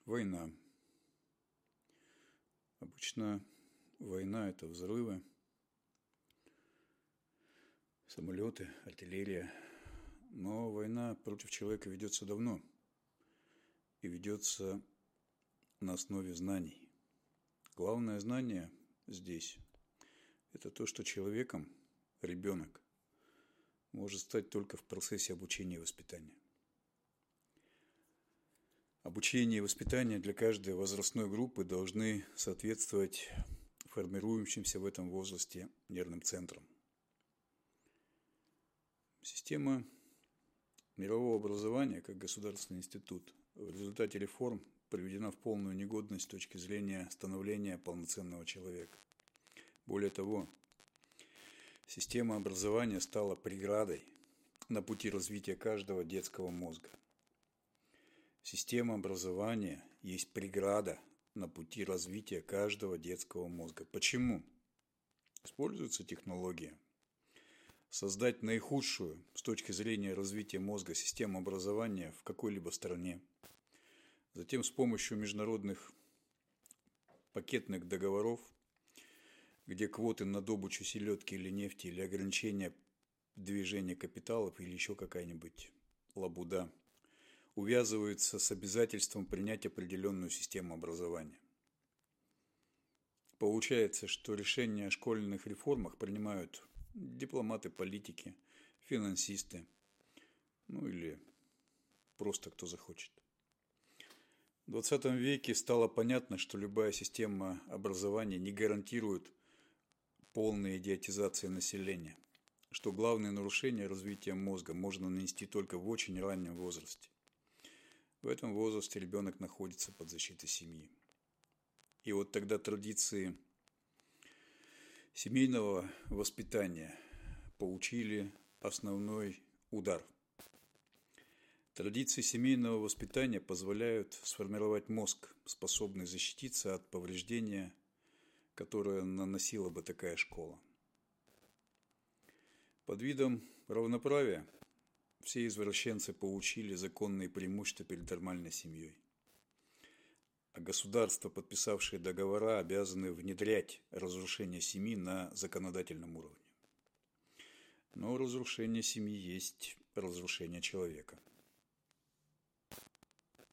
Война. Обычно война – это взрывы, самолеты, артиллерия. Но война против человека ведется давно и ведется на основе знаний. Главное знание здесь – это то, что человеком ребенок может стать только в процессе обучения и воспитания. Обучение и воспитание для каждой возрастной группы должны соответствовать формирующимся в этом возрасте нервным центрам. Система мирового образования, как государственный институт, в результате реформ приведена в полную негодность с точки зрения становления полноценного человека. Более того, система образования стала преградой на пути развития каждого детского мозга. Система образования есть преграда на пути развития каждого детского мозга. Почему? Используется технология. Создать наихудшую с точки зрения развития мозга систему образования в какой-либо стране. Затем с помощью международных пакетных договоров, где квоты на добычу селедки или нефти, или ограничения движения капиталов, или еще какая-нибудь лабуда, увязываются с обязательством принять определенную систему образования. Получается, что решения о школьных реформах принимают дипломаты, политики, финансисты, или просто кто захочет. В 20 веке стало понятно, что любая система образования не гарантирует полной идиотизации населения, что главные нарушения развития мозга можно нанести только в очень раннем возрасте. В этом возрасте ребенок находится под защитой семьи. И вот тогда традиции семейного воспитания получили основной удар. Традиции семейного воспитания позволяют сформировать мозг, способный защититься от повреждения, которое наносила бы такая школа. Под видом равноправия все извращенцы получили законные преимущества перед нормальной семьей. А государства, подписавшие договора, обязаны внедрять разрушение семьи на законодательном уровне. Но разрушение семьи есть разрушение человека.